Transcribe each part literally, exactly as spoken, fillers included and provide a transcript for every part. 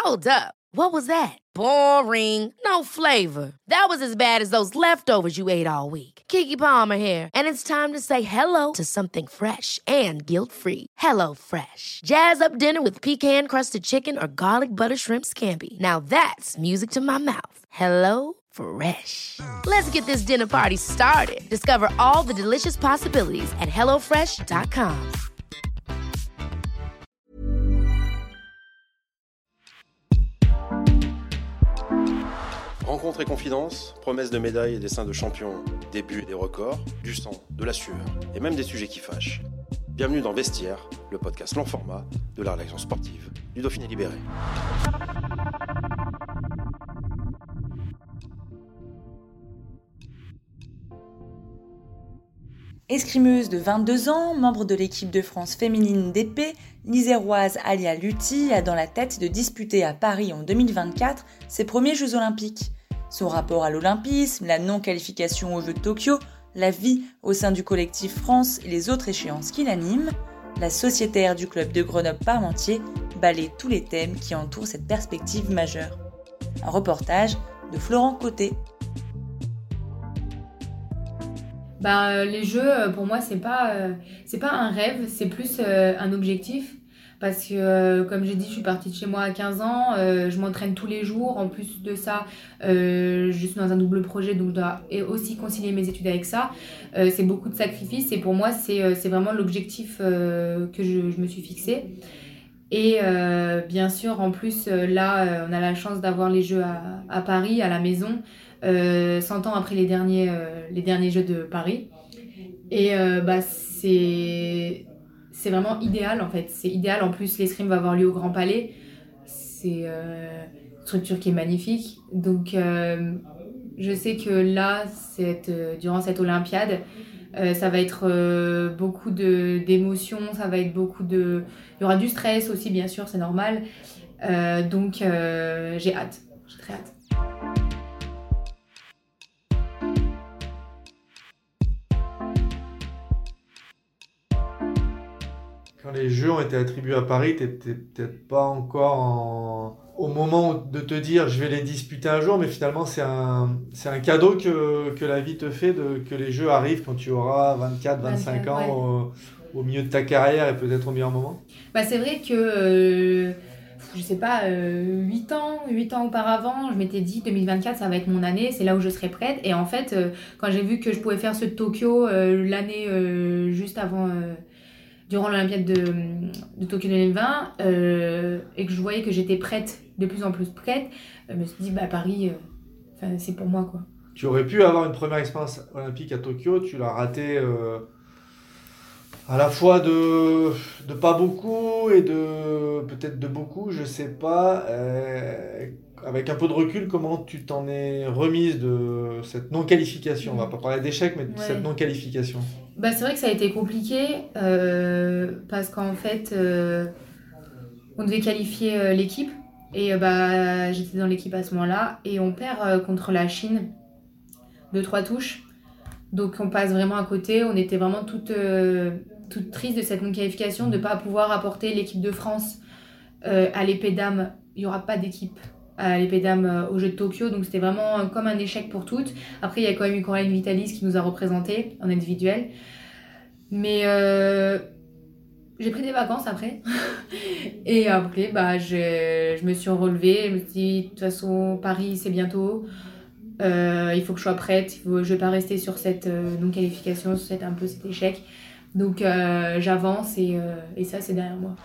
Hold up. What was that? Boring. No flavor. That was as bad as those leftovers you ate all week. Keke Palmer here, and it's time to say hello to something fresh and guilt-free. Hello Fresh. Jazz up dinner with pecan-crusted chicken or garlic butter shrimp scampi. Now that's music to my mouth. Hello Fresh. Let's get this dinner party started. Discover all the delicious possibilities at hello fresh dot com. Rencontres et confidences, promesses de médailles et dessins de champions, des buts et des records, du sang, de la sueur et même des sujets qui fâchent. Bienvenue dans Vestiaire, le podcast long format de la rédaction sportive du Dauphiné Libéré. Escrimeuse de vingt-deux ans, membre de l'équipe de France féminine d'épée, l'Iséroise Alia Luthi a dans la tête de disputer à Paris en deux mille vingt-quatre ses premiers Jeux Olympiques. Son rapport à l'olympisme, la non-qualification aux Jeux de Tokyo, la vie au sein du collectif France et les autres échéances qui l'animent, la sociétaire du club de Grenoble-Parmentier balaye tous les thèmes qui entourent cette perspective majeure. Un reportage de Florent Côté. Ben, les jeux, pour moi, c'est pas, euh, c'est pas un rêve, c'est plus euh, un objectif. Parce que, euh, comme j'ai dit, je suis partie de chez moi à quinze ans, euh, je m'entraîne tous les jours. En plus de ça, euh, je suis dans un double projet, donc je dois aussi concilier mes études avec ça. Euh, c'est beaucoup de sacrifices et pour moi, c'est, euh, c'est vraiment l'objectif euh, que je, je me suis fixé. Et euh, bien sûr, en plus, euh, là, euh, on a la chance d'avoir les Jeux à, à Paris, à la maison. Euh, cent ans après les derniers, euh, les derniers Jeux de Paris. Et euh, bah, c'est, c'est vraiment idéal en fait. C'est idéal. En plus, l'escrime va avoir lieu au Grand Palais. C'est euh, une structure qui est magnifique. Donc, euh, je sais que là, cette, euh, durant cette Olympiade, euh, ça va être euh, beaucoup de, d'émotions. Ça va être beaucoup de... Il y aura du stress aussi, bien sûr, c'est normal. Euh, donc, euh, j'ai hâte. J'ai très hâte. Quand les Jeux ont été attribués à Paris, tu n'étais peut-être pas encore en... au moment de te dire je vais les disputer un jour, mais finalement c'est un, c'est un cadeau que, que la vie te fait, de, que les Jeux arrivent quand tu auras vingt-quatre vingt-cinq ans, ouais. au, au milieu de ta carrière et peut-être au meilleur moment. Bah, c'est vrai que, euh, je sais pas, euh, huit ans, huit ans auparavant, je m'étais dit deux mille vingt-quatre ça va être mon année, c'est là où je serai prête. Et en fait, euh, quand j'ai vu que je pouvais faire ce Tokyo euh, l'année euh, juste avant... Euh, durant l'Olympiade de, de Tokyo deux mille vingt, euh, et que je voyais que j'étais prête, de plus en plus prête, je me suis dit, bah Paris, euh, c'est pour moi, quoi. Tu aurais pu avoir une première expérience olympique à Tokyo, tu l'as raté euh, à la fois de, de pas beaucoup et de peut-être de beaucoup, je sais pas. Euh, avec un peu de recul, comment tu t'en es remise de cette non-qualification ? On va pas parler d'échec, mais de ouais. cette non-qualification. Bah, c'est vrai que ça a été compliqué euh, parce qu'en fait, euh, on devait qualifier euh, l'équipe et euh, bah, j'étais dans l'équipe à ce moment-là et on perd euh, contre la Chine de trois touches. Donc on passe vraiment à côté. On était vraiment toutes, euh, toutes tristes de cette non-qualification, de ne pas pouvoir apporter l'équipe de France euh, à l'épée dames. Il n'y aura pas d'équipe à l'épée dames aux Jeux de Tokyo, donc c'était vraiment comme un échec pour toutes. Après, il y a quand même eu Coraline Vitalis qui nous a représentés en individuel. Mais euh, j'ai pris des vacances après. Et après, bah, je, je me suis relevée. Je me suis dit, de toute façon, Paris, c'est bientôt. Euh, il faut que je sois prête. Il faut, je ne vais pas rester sur cette euh, non-qualification, sur cette, un peu cet échec. Donc, euh, j'avance et, euh, et ça, c'est derrière moi.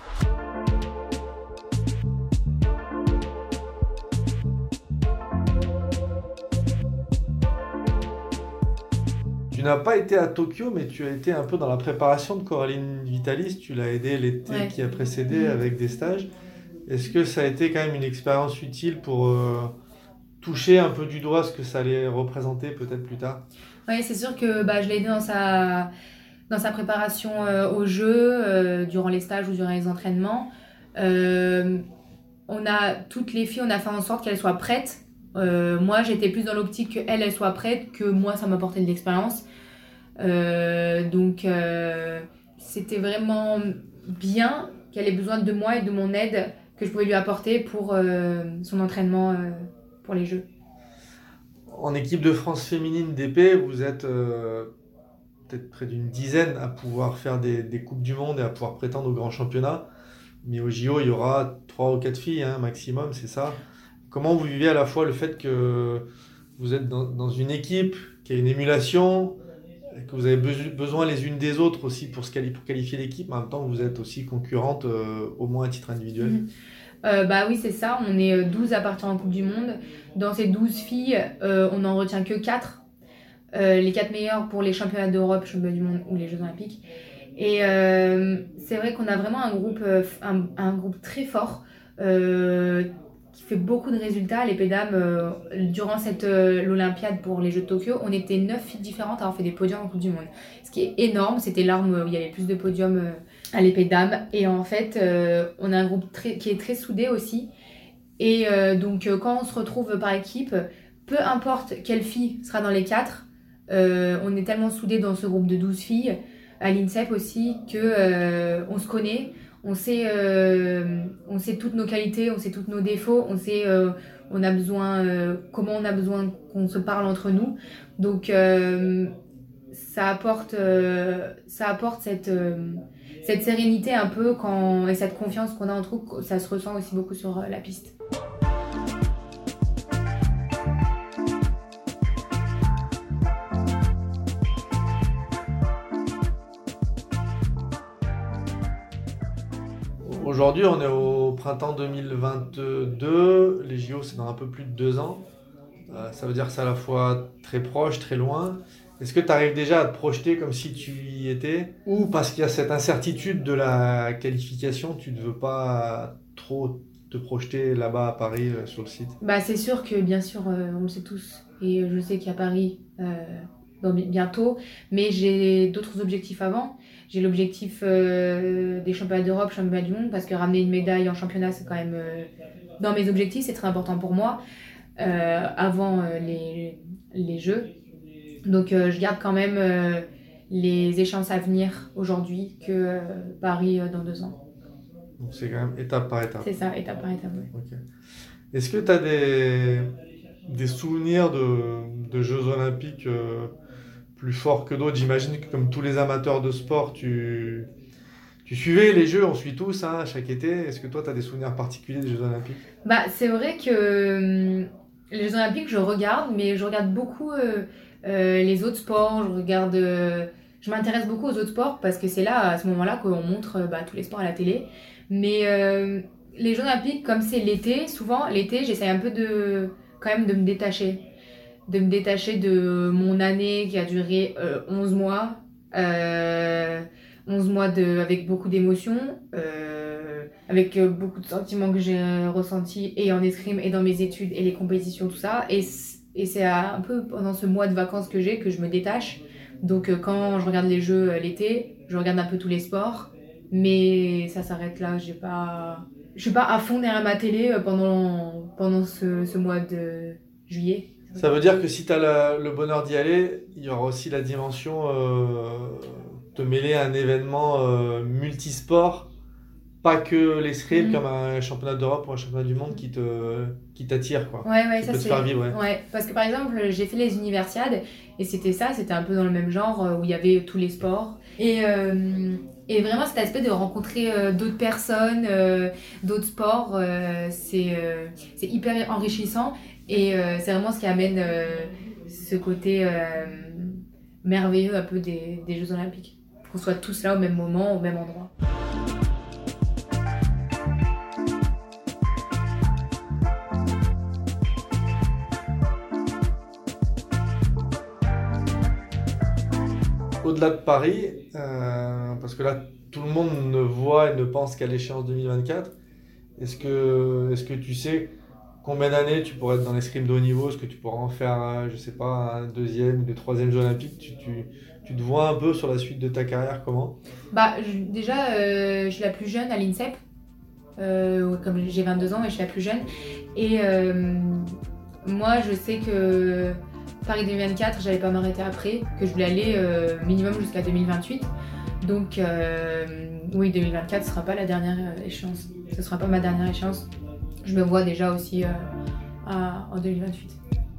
Tu n'as pas été à Tokyo, mais tu as été un peu dans la préparation de Coraline Vitalis. Tu l'as aidée l'été ouais. qui a précédé mmh. avec des stages. Est-ce que ça a été quand même une expérience utile pour euh, toucher un peu du doigt ce que ça allait représenter peut-être plus tard ? Oui, c'est sûr que bah, je l'ai aidée dans sa, dans sa préparation euh, aux Jeux, euh, durant les stages ou durant les entraînements. Euh, on a, toutes les filles, on a fait en sorte qu'elles soient prêtes. Euh, moi, j'étais plus dans l'optique qu'elle, elle soit prête, que moi, ça m'apportait de l'expérience. Euh, donc, euh, c'était vraiment bien qu'elle ait besoin de moi et de mon aide que je pouvais lui apporter pour euh, son entraînement euh, pour les Jeux. En équipe de France féminine d'épée, vous êtes euh, peut-être près d'une dizaine à pouvoir faire des, des Coupes du Monde et à pouvoir prétendre aux grands championnats. Mais au J O, il y aura trois ou quatre filles hein, maximum, c'est ça. Comment vous vivez à la fois le fait que vous êtes dans, dans une équipe qui a une émulation, que vous avez be- besoin les unes des autres aussi pour, se quali- pour qualifier l'équipe, mais en même temps vous êtes aussi concurrentes euh, au moins à titre individuel. Mmh. Euh, bah oui, c'est ça, on est douze à partir en Coupe du Monde. Dans ces douze filles, euh, on n'en retient que quatre. Euh, les quatre meilleures pour les championnats d'Europe, championnats du monde ou les Jeux Olympiques. Et euh, c'est vrai qu'on a vraiment un groupe, euh, un, un groupe très fort euh, qui fait beaucoup de résultats. Les pédames, euh, durant cette, euh, l'Olympiade pour les Jeux de Tokyo, on était neuf filles différentes à avoir fait des podiums en Coupe du Monde. Ce qui est énorme, c'était l'arme où il y avait plus de podiums euh, à l'épée dames. Et en fait, euh, on a un groupe très, qui est très soudé aussi. Et euh, donc, euh, quand on se retrouve par équipe, peu importe quelle fille sera dans les quatre, euh, on est tellement soudés dans ce groupe de douze filles, à l'INSEP aussi, que euh, on se connaît, on sait, euh, on sait toutes nos qualités, on sait tous nos défauts, on sait euh, on a besoin, euh, comment on a besoin qu'on se parle entre nous. Donc, euh, ça apporte, euh, ça apporte cette... Euh, cette sérénité un peu quand, et cette confiance qu'on a entre nous, ça se ressent aussi beaucoup sur la piste. Aujourd'hui, on est au printemps deux mille vingt-deux, les J O c'est dans un peu plus de deux ans. Euh, ça veut dire que c'est à la fois très proche, très loin. Est-ce que tu arrives déjà à te projeter comme si tu y étais? Ou parce qu'il y a cette incertitude de la qualification, tu ne veux pas trop te projeter là-bas à Paris euh, sur le site? Bah, c'est sûr que bien sûr, euh, on le sait tous. Et je sais qu'il y a Paris euh, dans, bientôt. Mais j'ai d'autres objectifs avant. J'ai l'objectif euh, des championnats d'Europe, championnats du monde. Parce que ramener une médaille en championnat, c'est quand même euh, dans mes objectifs. C'est très important pour moi. Euh, avant euh, les, les Jeux. Donc euh, je garde quand même euh, les échéances à venir aujourd'hui que euh, Paris euh, dans deux ans. Donc c'est quand même étape par étape. C'est ça, étape par étape, oui. Okay. Est-ce que tu as des, des souvenirs de, de Jeux Olympiques euh, plus forts que d'autres? J'imagine que comme tous les amateurs de sport, tu, tu suivais les Jeux, on suit tous hein, chaque été. Est-ce que toi tu as des souvenirs particuliers des Jeux Olympiques? Bah, c'est vrai que euh, les Jeux Olympiques, je regarde, mais je regarde beaucoup... Euh, Euh, les autres sports, je regarde, euh, je m'intéresse beaucoup aux autres sports parce que c'est là, à ce moment-là, qu'on montre euh, bah, tous les sports à la télé. Mais euh, les Jeux Olympiques, comme c'est l'été, souvent l'été, j'essaie un peu de, quand même de me détacher, de me détacher de mon année qui a duré euh, onze mois, euh, onze mois de, avec beaucoup d'émotions, euh, avec euh, beaucoup de sentiments que j'ai ressentis et en escrime et dans mes études et les compétitions, tout ça. Et Et c'est un peu pendant ce mois de vacances que j'ai que je me détache. Donc quand je regarde les Jeux l'été, je regarde un peu tous les sports. Mais ça s'arrête là. J'ai pas... Je suis pas à fond derrière ma télé pendant, pendant ce, ce mois de juillet. Ça veut dire que si tu as la, le bonheur d'y aller, il y aura aussi la dimension euh, de mêler à un événement euh, multisport. Pas que l'escrime, mmh. comme un championnat d'Europe ou un championnat du monde qui, te, qui t'attire, quoi. Ouais, ouais, qui ça peut c'est... te faire vivre, ouais. Ouais, parce que par exemple, j'ai fait les universiades et c'était ça, c'était un peu dans le même genre où il y avait tous les sports. Et, euh, et vraiment cet aspect de rencontrer euh, d'autres personnes, euh, d'autres sports, euh, c'est, euh, c'est hyper enrichissant et euh, c'est vraiment ce qui amène euh, ce côté euh, merveilleux un peu des, des Jeux Olympiques. Qu'on soit tous là au même moment, au même endroit. Au-delà de Paris, euh, parce que là, tout le monde ne voit et ne pense qu'à l'échéance deux mille vingt-quatre. Est-ce que, est-ce que tu sais combien d'années tu pourrais être dans l'escrime de haut niveau? Est-ce que tu pourras en faire, je sais pas, un deuxième ou des troisième Jeux Olympiques? tu, tu, tu te vois un peu sur la suite de ta carrière, comment? Bah, je, déjà, euh, je suis la plus jeune à l'INSEP. Euh, comme j'ai vingt-deux ans et je suis la plus jeune. Et euh, moi, je sais que Paris deux mille vingt-quatre, j'allais pas m'arrêter après, que je voulais aller euh, minimum jusqu'à deux mille vingt-huit. Donc euh, oui, deux mille vingt-quatre ne sera pas la dernière échéance. Ce ne sera pas ma dernière échéance. Je me vois déjà aussi euh, à, en deux mille vingt-huit.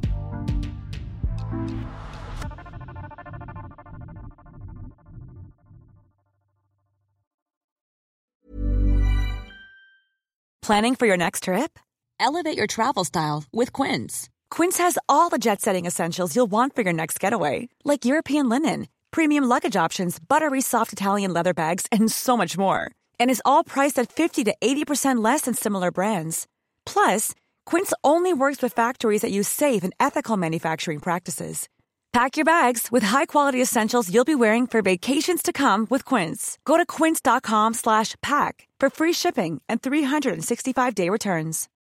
Planning for your next trip? Elevate your travel style with Quince. Quince has all the jet-setting essentials you'll want for your next getaway, like European linen, premium luggage options, buttery soft Italian leather bags, and so much more. And is all priced at fifty to eighty percent less than similar brands. Plus, Quince only works with factories that use safe and ethical manufacturing practices. Pack your bags with high-quality essentials you'll be wearing for vacations to come with Quince. Go to quince.com slash pack for free shipping and three sixty-five day returns.